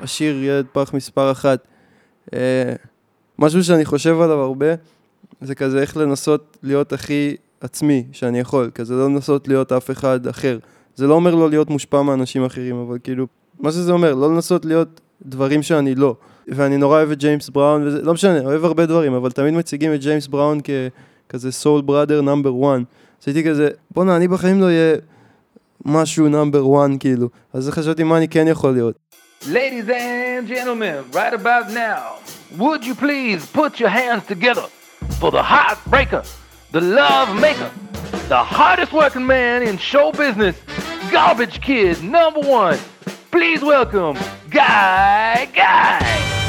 השיר ילד פח מספר 1. משהו שאני חושב עליו הרבה, זה כזה איך לנסות להיות הכי עצמי שאני יכול, כזה לא לנסות להיות אף אחד אחר. זה לא אומר לא להיות מושפע מאנשים אחרים, אבל כאילו, מה שזה אומר, לא לנסות להיות דברים שאני לא. ואני נורא אוהב את ג'יימס בראון, וזה, לא משנה, אוהב הרבה דברים, אבל תמיד מציגים את ג'יימס בראון כזה סול בראדר נאמבר 1. אז הייתי כזה, בוא'נה, אני בחיים לא יהיה משהו נאמבר 1, כאילו. אז חשבתי מה אני כן יכול להיות. Ladies and gentlemen, right about now, would you please put your hands together for the heartbreaker, the love maker, the hardest working man in show business, garbage kid number 1. Please welcome Guy Guy.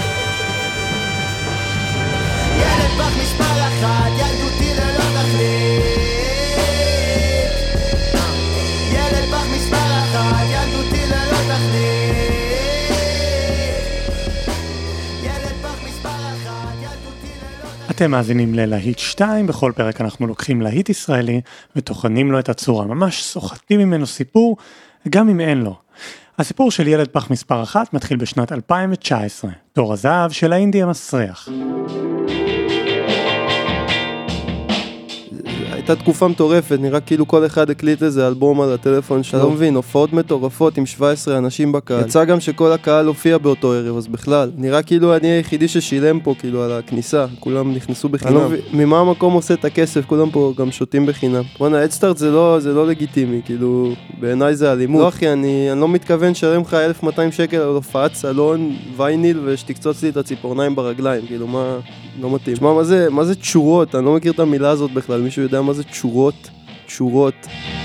ילד פח מספר 1, ילדותי ללא תכלית. ילד פח מספר 1, ילדותי ללא תכלית. ילד פח מספר 1, ילדותי ללא תכלית. אתם מאזינים ללהיט 2, בכל פרק אנחנו לוקחים להיט ישראלי ותוכנים לו את הצורה, ממש סוחטים ממנו סיפור, גם אם אין לו. הסיפור של ילד פח מספר 1 מתחיל בשנת 2019, תור הזהב של האינדי המסריח. הייתה תקופה מטורפת, נראה כאילו כל אחד הקליט איזה אלבום על הטלפון שלו. לא מבין, הופעות מטורפות עם 17 אנשים בקהל. יצא גם שכל הקהל הופיע באותו ערב, אז בכלל. נראה כאילו אני היחידי ששילם פה, כאילו, על הכניסה. כולם נכנסו בחינם. ממה המקום עושה את הכסף? כולם פה גם שותים בחינם. בוא'נה, הדסטארט זה לא לגיטימי, כאילו, בעיניי זה אלימות. לא אחי, אני לא מתכוון שלם לך 1,200 שקל על הופעת סלון, וייניל, ושתקצוץ לי את הציפורניים ברגליים, כאילו, מה... לא מתאים. תשמע, מה זה תשורות? אני לא מכיר את המילה הזאת בכלל. מישהו יודע מה זה תשורות? תשורות.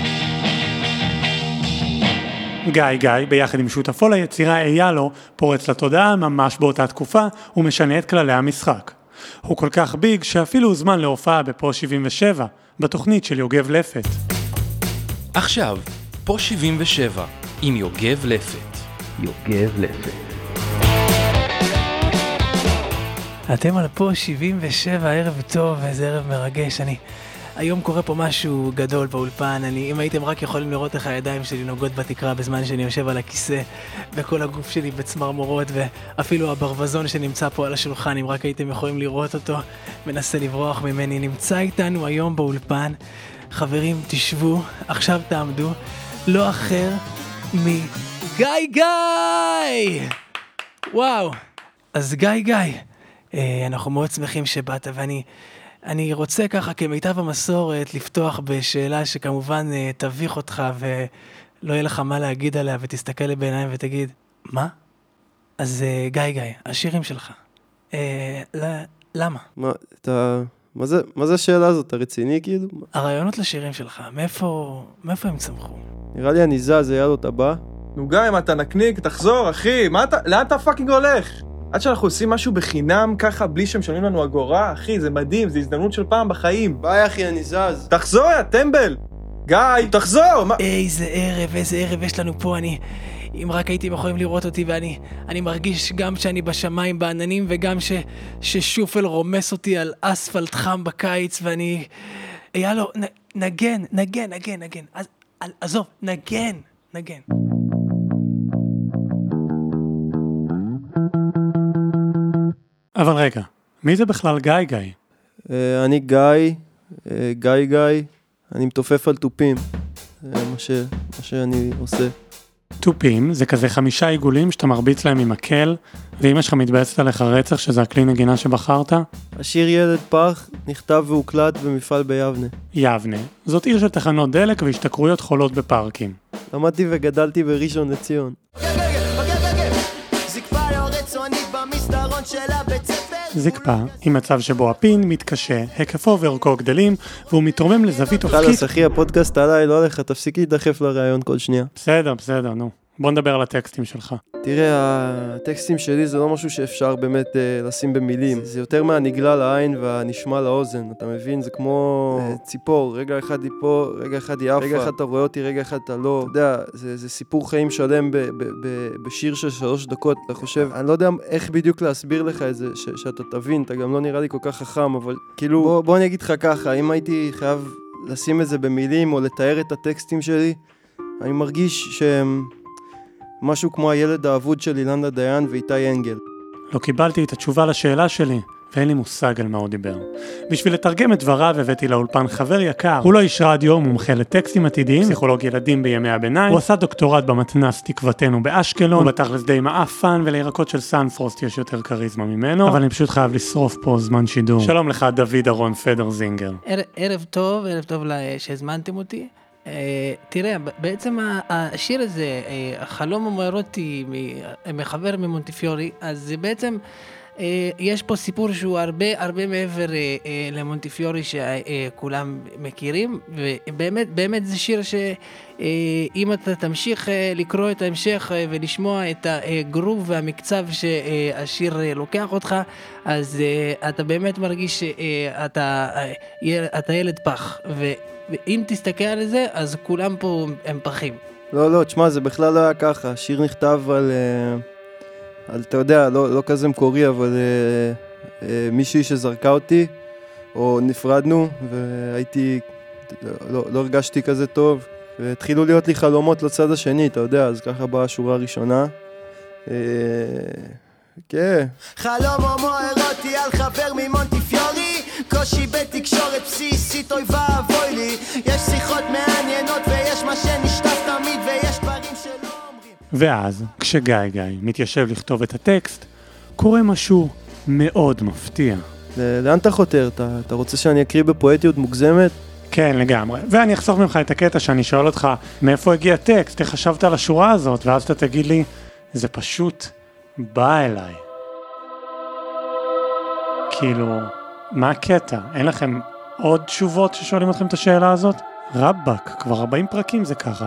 גיא, ביחד עם שותפו ליצירה איילו, פורץ לתודעה ממש באותה תקופה, ומשנה את כללי המשחק. הוא כל כך ביג שאפילו הוזמן להופעה בפו 77, בתוכנית של יוגב לפת. עכשיו, פה 77, עם יוגב לפת. יוגב לפת. אתם על פה 77, ערב טוב, איזה ערב מרגש. היום קורה פה משהו גדול באולפן. אם הייתם רק יכולים לראות איך הידיים שלי נוגעות בתקרה בזמן שאני יושב על הכיסא, וכל הגוף שלי בצמרמורות, ואפילו הברווזון שנמצא פה על השולחן, אם רק הייתם יכולים לראות אותו, מנסה לברוח ממני. נמצא איתנו היום באולפן, חברים, תשבו, עכשיו תעמדו, לא אחר גיא! וואו, אז גיא, אנחנו מאוד שמחים שבאת, ואני רוצה ככה כמיטב המסורת לפתוח בשאלה שכמובן תביך אותך ולא יהיה לך מה להגיד עליה, ותסתכל לי בעיניים ותגיד, מה? אז גיא, השירים שלך, למה? מה זה השאלה הזאת? אתה רציני כאילו? הרעיונות לשירים שלך, מאיפה הם צמחו? נראה לי אני זז, היה לו את הבא. נו גיא, אם אתה נקניק, תחזור, אחי, לאן אתה פאקינג הולך? עד שאנחנו עושים משהו בחינם ככה, בלי שמשלמים לנו אגורה, אחי, זה מדהים, זה הזדמנות של פעם בחיים. ביי אחי, אני זז. תחזור, יא טמבל! גיא, תחזור! איזה ערב יש לנו פה, אם רק הייתם יכולים לראות אותי, ואני מרגיש גם שאני בשמיים בעננים, וגם ששופל רומס אותי על אספלט חם בקיץ, ואני... יאללה, נגן. עזוב, נגן. אבל רגע, מי זה בכלל גיא? אני גיא, אני מתופף על טופים, מה שאני עושה. טופים זה כזה 5 עיגולים שאתה מרביץ להם עם מקל, ואמא שלך מתבאסת עליך רצח שזה הכלי נגינה שבחרת? השיר ילד פח נכתב והוקלט במפעל ביבנה. יבנה, זאת עיר של תחנות דלק והשתכרויות חולות בפארקים. למדתי וגדלתי בראשון לציון. זקפה היא מצב שבו הפין מתקשה, היקפו וערכו גדלים, והוא מתרומם לזווית אופקית. חלס אחי, הפודקאסט עליי, לא עליך, תפסיק להידחף לרעיון כל שנייה. בסדר, נו. בוא נדבר על הטקסטים שלך. תראה, הטקסטים שלי זה לא משהו שאפשר באמת לשים במילים. זה יותר מהנגלה לעין והנשמע לאוזן, אתה מבין? זה כמו ציפור, רגע אחד היא פה, רגע אחד היא עפה, רגע אחד אתה רואה אותי, רגע אחד אתה לא. אתה יודע, זה סיפור חיים שלם בשיר של 3 דקות, אתה חושב, אני לא יודע איך בדיוק להסביר לך את זה, שאתה תבין, אתה גם לא נראה לי כל כך חכם, אבל כאילו, בוא אני אגיד לך ככה, אם הייתי חייב לשים את זה במילים או לתאר את הטקסטים שלי, אני מרגיש שהם משהו כמו הילד האבוד של אילנה דיין ואיתי אנגל. לא קיבלתי את התשובה לשאלה שלי, ואין לי מושג על מה הוא דיבר. בשביל לתרגם את דבריו הבאתי לאולפן חבר יקר. הוא לא איש רדיו, הוא מומחה לטקסטים עתידיים, פסיכולוג ילדים בימי הביניים, הוא עשה דוקטורט במתנ"ס תקוותנו באשקלון, הוא בתכלס די מעפן, ולירקות של סנפרוסט יש יותר קריזמה ממנו, אבל אני פשוט חייב לשרוף פה זמן שידור. שלום לך דוד ארון פדרזינגר. ערב טוב שהזמנתם אותי. תראה, בעצם השיר הזה, החלום המוארוטי מחבר ממונטיפיורי, אז זה בעצם יש פה סיפור שהוא הרבה מעבר למונטיפיורי שכולם מכירים, ובאמת זה שיר שאם אתה תמשיך לקרוא את ההמשך ולשמוע את הגרוב והמקצב שהשיר לוקח אותך, אז אתה באמת מרגיש שאתה ילד פח, ואם תסתכל על זה, אז כולם פה הם פחים. לא, תשמע, זה בכלל לא היה ככה. השיר נכתב על אתה יודע, לא כזה מקורי, אבל מישהי שזרקה אותי, או נפרדנו, והייתי, לא הרגשתי כזה טוב, והתחילו להיות לי חלומות לצד השני, אתה יודע, אז ככה באה השורה הראשונה. כן. חלום הומוארוטי על חבר ממונטיפיורי, קושי בתקשורת בסיסית, אוי ואבוי לי, יש שיחות מעניינות ויש מה שנשטף תמיד ויש דברים שלא אומרים. ואז, כשגיא מתיישב לכתוב את הטקסט, קורה משהו מאוד מפתיע. לאן אתה חותר? אתה רוצה שאני אקריא בפואטיות מוגזמת? כן, לגמרי. ואני אחסוך ממך את הקטע שאני שואל אותך, מאיפה הגיע הטקסט? איך חשבת על השורה הזאת? ואז אתה תגיד לי, זה פשוט בא אליי. כאילו, מה הקטע? אין לכם עוד תשובות ששואלים אתכם את השאלה הזאת? רבק, כבר 40 פרקים זה ככה.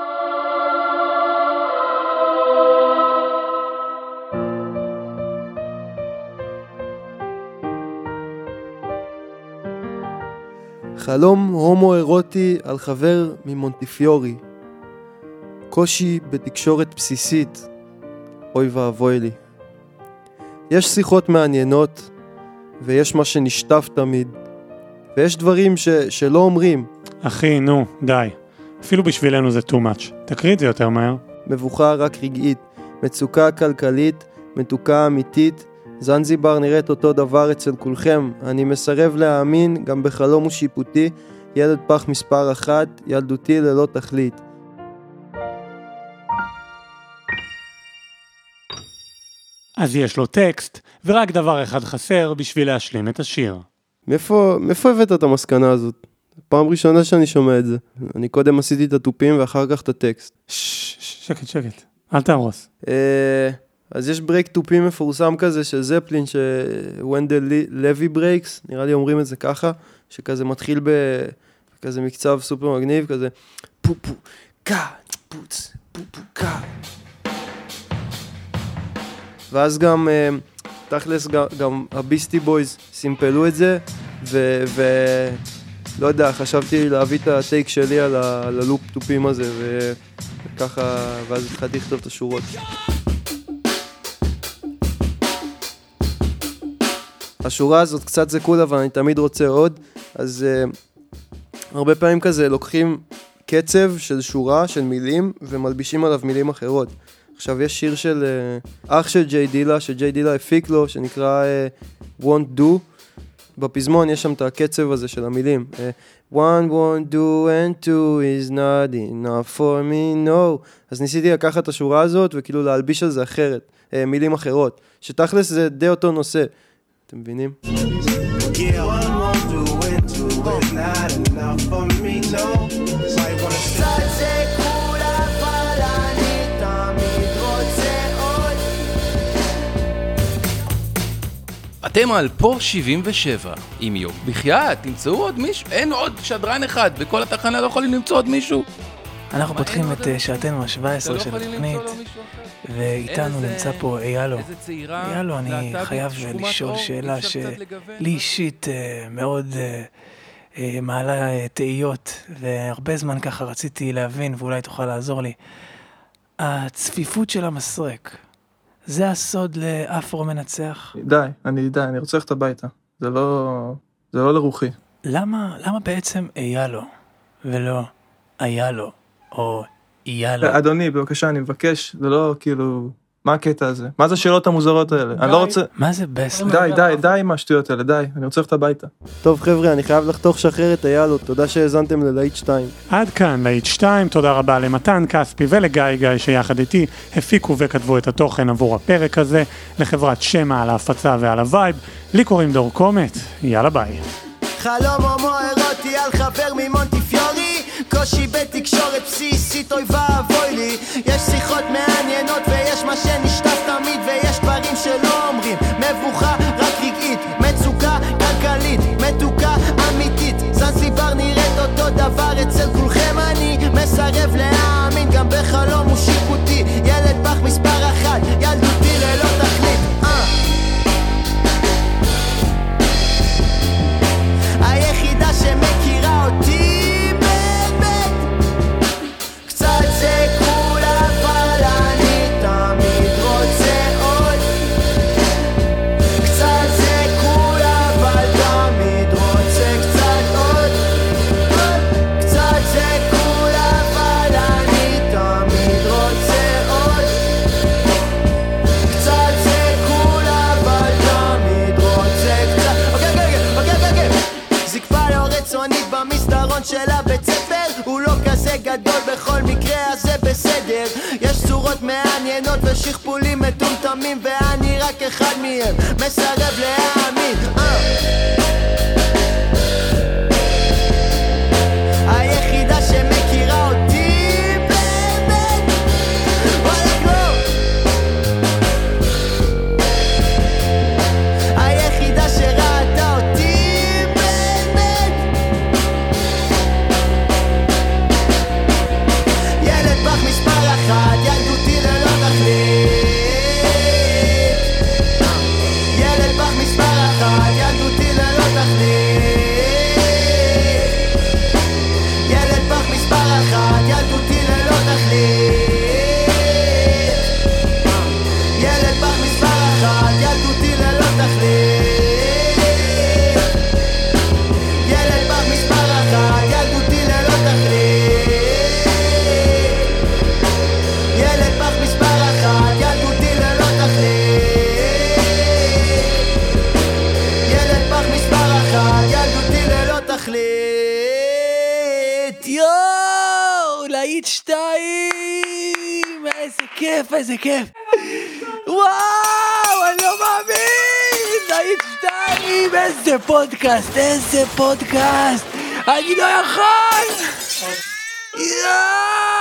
חלום הומוארוטי על חבר ממונטיפיורי. קושי בתקשורת בסיסית. אוי ואבוי לי. יש שיחות מעניינות, ויש מה שנשטף תמיד, ויש דברים שלא אומרים. אחי, נו, די. אפילו בשבילנו זה too much. תקריא את זה יותר מהר. מבוכה רק רגעית, מצוקה כלכלית, מתוקה אמיתית, זנזיבר נראית אותו דבר אצל כולכם. אני מסרב להאמין, גם בחלום ושיפוטי, ילד פח מספר 1, ילדותי ללא תכלית. אז יש לו טקסט, ורק דבר אחד חסר בשביל להשלים את השיר. מאיפה הבאת את המסקנה הזאת? פעם ראשונה שאני שומע את זה. אני קודם עשיתי את הטופים ואחר כך את הטקסט. שקט. אל תהרוס. אז יש ברייק טופים מפורסם כזה של זפלין, שוונדל לוי ברייקס, נראה לי אומרים את זה ככה, שכזה מתחיל בכזה מקצב סופר מגניב, כזה פו פו קה, פוץ, פו פו קה. ואז גם, תכלס גם הביסטי בויז סימפלו את זה, לא יודע, חשבתי להביא את הטייק שלי על הלופ טופים הזה, וככה, ואז התחלתי לכתוב את השורות. השורה הזאת קצת זה קול, אבל אני תמיד רוצה עוד, אז הרבה פעמים כזה לוקחים קצב של שורה, של מילים, ומלבישים עליו מילים אחרות. עכשיו יש שיר של אח של ג'יי דילה, שג'יי דילה הפיק לו, שנקרא Won't Do. בפזמון יש שם את הקצב הזה של המילים. One won't do and two is not enough for me, no. אז ניסיתי לקחת את השורה הזאת וכאילו להלביש על זה אחרת, מילים אחרות. שתכלס זה די אותו נושא. אתם מבינים? אתם על פה 77 עם יום. בחייאת, תמצאו עוד מישהו? אין עוד שדרן אחד, בכל התחנה לא יכולים למצוא עוד מישהו? אנחנו פותחים את שעתנו ה-17 של התוכנית, ואיתנו נמצא פה איילו. איילו, אני חייב לשאול שאלה שלי אישית מאוד מעלה תהיות, והרבה זמן ככה רציתי להבין, ואולי תוכל לעזור לי. הצפיפות של המסרק, זה הסוד לאפרו מנצח? די, אני רוצה ללכת הביתה. זה לא לרוחי. למה בעצם איילו ולא איילו או יאללה. אדוני, בבקשה, אני מבקש, זה לא כאילו... מה הקטע הזה? מה זה השאלות המוזרות האלה? אני לא רוצה... מה זה בסט? די עם השטויות האלה, די. אני רוצה ללכת הביתה. טוב חבר'ה, אני חייב לחתוך שחרר את היאלות, תודה שהאזנתם ללהיט 2. עד כאן להיט 2, תודה רבה למתן כספי ולגיא שיחד איתי הפיקו וכתבו את התוכן עבור הפרק הזה, לחברת שמע על ההפצה ועל הווייב, לי קוראים דור קומט, יאללה ביי. חלום הומוארוטי על חבר ממונטיפיורי, קושי בתקשורת בסיסית, אוי ואבוי לי. יש שיחות מעניינות ויש מה שנשטף תמיד, ויש דברים שלא אומרים, מבוכה רק רגעית, מצוקה כלכלית, מתוקה אמיתית. זנזיבר נראית אותו דבר אצל כולכם, אני מסרב להאמין, גם בחלום הוא שיפוטי. ילד פח מספר 1, ילדותי ללא תכלית. היחידה שמכירה אותי באמת, קצת זה כול אבל אני תמיד רוצה עוד. קצת זה כול אבל תמיד רוצה קצת עוד. קצת זה כול אבל אני תמיד רוצה עוד. קצת זה כול אבל תמיד רוצה קצת. אוקיי. זקפה לא רצונית במסדרון של הבית ספר, הוא לא כזה גדול, בכל מקרה אז זה בסדר. יש צורות מעניינות ושכפולים מטומטמים, ואני רק אחד מהם, מסרב להאמין. היחידה שמכירה אותי באמת, וואלק לא. היחידה שראתה אותי מספר 1, ילדותי ללא תכלית. ילד פח מספר 1, ילדותי ללא תכלית. ילד פח מספר 1, ילדותי ללא תכלית. ילד פח מספר 1, ילדותי ללא תכלית. ילד פח מספר 1, ילדותי ללא תכלית. ילד פח מספר 1, ילדותי ללא תכלית. ילד פח מספר 1, ילדותי ללא תכלית. יואו, להיט 2! איזה כיף. וואו, אני לא מאמין! להיט 2! איזה פודקאסט! אני לא יכול! יואו!